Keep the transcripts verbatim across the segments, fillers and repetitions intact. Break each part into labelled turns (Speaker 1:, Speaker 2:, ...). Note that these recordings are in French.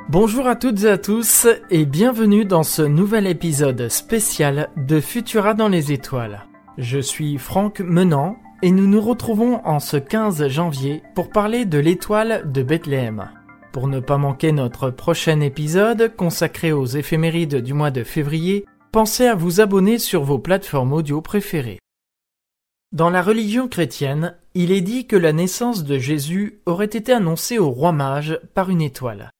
Speaker 1: Bonjour à toutes et à tous et bienvenue dans ce nouvel épisode spécial de Futura dans les étoiles. Je suis Franck Menant et nous nous retrouvons en ce quinze janvier pour parler de l'étoile de Bethléem. Pour ne pas manquer notre prochain épisode consacré aux éphémérides du mois de février, pensez à vous abonner sur vos plateformes audio préférées. Dans la religion chrétienne, il est dit que la naissance de Jésus aurait été annoncée aux rois mages par une étoile.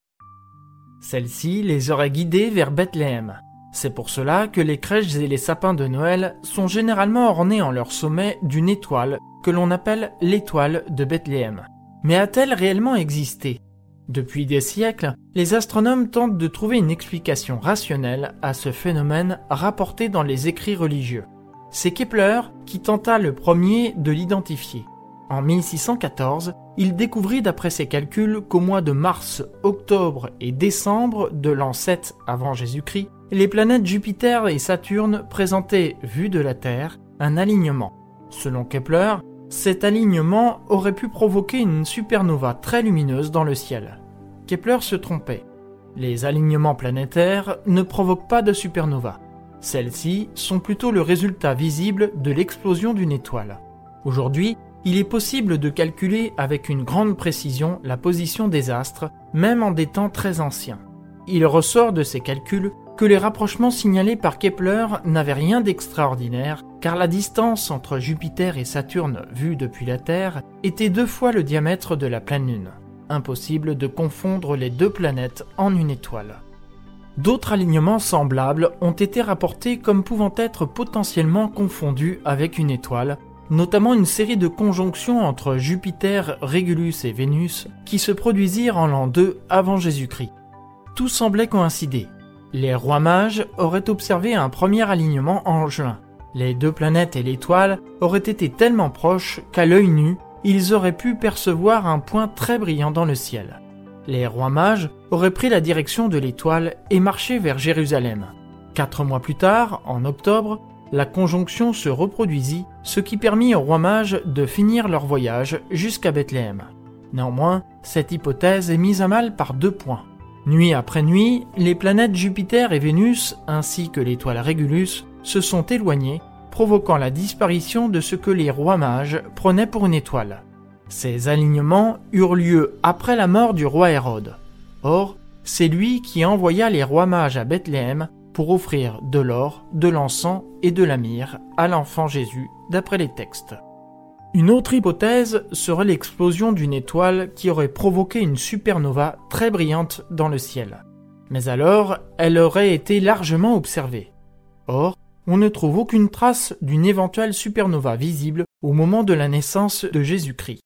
Speaker 1: Celle-ci les aurait guidés vers Bethléem. C'est pour cela que les crèches et les sapins de Noël sont généralement ornés en leur sommet d'une étoile que l'on appelle l'étoile de Bethléem. Mais a-t-elle réellement existé ? Depuis des siècles, les astronomes tentent de trouver une explication rationnelle à ce phénomène rapporté dans les écrits religieux. C'est Kepler qui tenta le premier de l'identifier. En mille six cent quatorze, il découvrit d'après ses calculs qu'au mois de mars, octobre et décembre de l'an sept avant Jésus-Christ, les planètes Jupiter et Saturne présentaient, vu de la Terre, un alignement. Selon Kepler, cet alignement aurait pu provoquer une supernova très lumineuse dans le ciel. Kepler se trompait. Les alignements planétaires ne provoquent pas de supernova. Celles-ci sont plutôt le résultat visible de l'explosion d'une étoile. Aujourd'hui, il est possible de calculer avec une grande précision la position des astres, même en des temps très anciens. Il ressort de ces calculs que les rapprochements signalés par Kepler n'avaient rien d'extraordinaire, car la distance entre Jupiter et Saturne vue depuis la Terre était deux fois le diamètre de la pleine Lune. Impossible de confondre les deux planètes en une étoile. D'autres alignements semblables ont été rapportés comme pouvant être potentiellement confondus avec une étoile, notamment une série de conjonctions entre Jupiter, Régulus et Vénus qui se produisirent en l'an deux avant Jésus-Christ. Tout semblait coïncider. Les rois mages auraient observé un premier alignement en juin. Les deux planètes et l'étoile auraient été tellement proches qu'à l'œil nu, ils auraient pu percevoir un point très brillant dans le ciel. Les rois mages auraient pris la direction de l'étoile et marché vers Jérusalem. Quatre mois plus tard, en octobre, la conjonction se reproduisit, ce qui permit aux rois mages de finir leur voyage jusqu'à Bethléem. Néanmoins, cette hypothèse est mise à mal par deux points. Nuit après nuit, les planètes Jupiter et Vénus, ainsi que l'étoile Régulus, se sont éloignées, provoquant la disparition de ce que les rois mages prenaient pour une étoile. Ces alignements eurent lieu après la mort du roi Hérode. Or, c'est lui qui envoya les rois mages à Bethléem pour offrir de l'or, de l'encens et de la myrrhe à l'enfant Jésus, d'après les textes. Une autre hypothèse serait l'explosion d'une étoile qui aurait provoqué une supernova très brillante dans le ciel. Mais alors, elle aurait été largement observée. Or, on ne trouve aucune trace d'une éventuelle supernova visible au moment de la naissance de Jésus-Christ.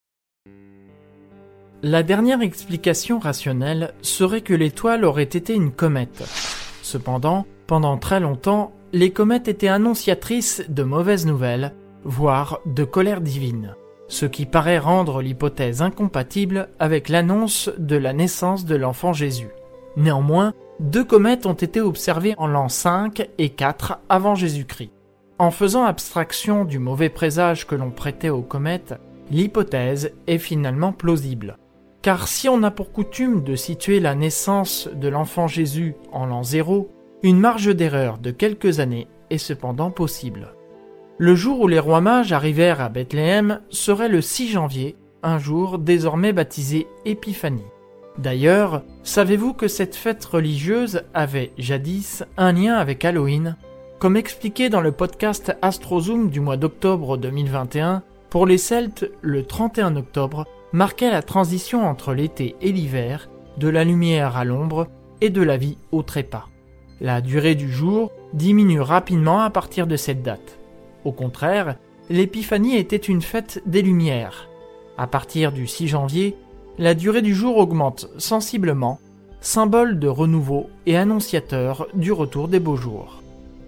Speaker 1: La dernière explication rationnelle serait que l'étoile aurait été une comète. Cependant, pendant très longtemps, les comètes étaient annonciatrices de mauvaises nouvelles, voire de colère divine, ce qui paraît rendre l'hypothèse incompatible avec l'annonce de la naissance de l'enfant Jésus. Néanmoins, deux comètes ont été observées en l'an cinq et quatre avant Jésus-Christ. En faisant abstraction du mauvais présage que l'on prêtait aux comètes, l'hypothèse est finalement plausible. Car si on a pour coutume de situer la naissance de l'enfant Jésus en l'an zéro, une marge d'erreur de quelques années est cependant possible. Le jour où les rois mages arrivèrent à Bethléem serait le six janvier, un jour désormais baptisé Épiphanie. D'ailleurs, savez-vous que cette fête religieuse avait, jadis, un lien avec Halloween ? Comme expliqué dans le podcast AstroZoom du mois d'octobre deux mille vingt et un, pour les Celtes, le trente et un octobre marquait la transition entre l'été et l'hiver, de la lumière à l'ombre et de la vie au trépas. La durée du jour diminue rapidement à partir de cette date. Au contraire, l'épiphanie était une fête des lumières. À partir du six janvier, la durée du jour augmente sensiblement, symbole de renouveau et annonciateur du retour des beaux jours.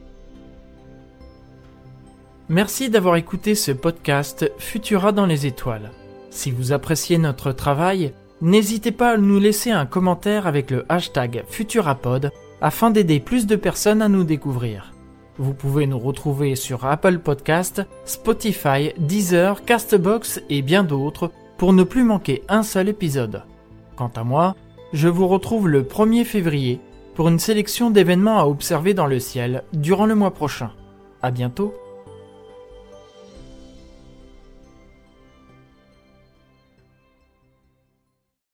Speaker 1: Merci d'avoir écouté ce podcast Futura dans les étoiles. Si vous appréciez notre travail, n'hésitez pas à nous laisser un commentaire avec le hashtag Futurapod afin d'aider plus de personnes à nous découvrir. Vous pouvez nous retrouver sur Apple Podcasts, Spotify, Deezer, Castbox et bien d'autres pour ne plus manquer un seul épisode. Quant à moi, je vous retrouve le premier février pour une sélection d'événements à observer dans le ciel durant le mois prochain. À bientôt.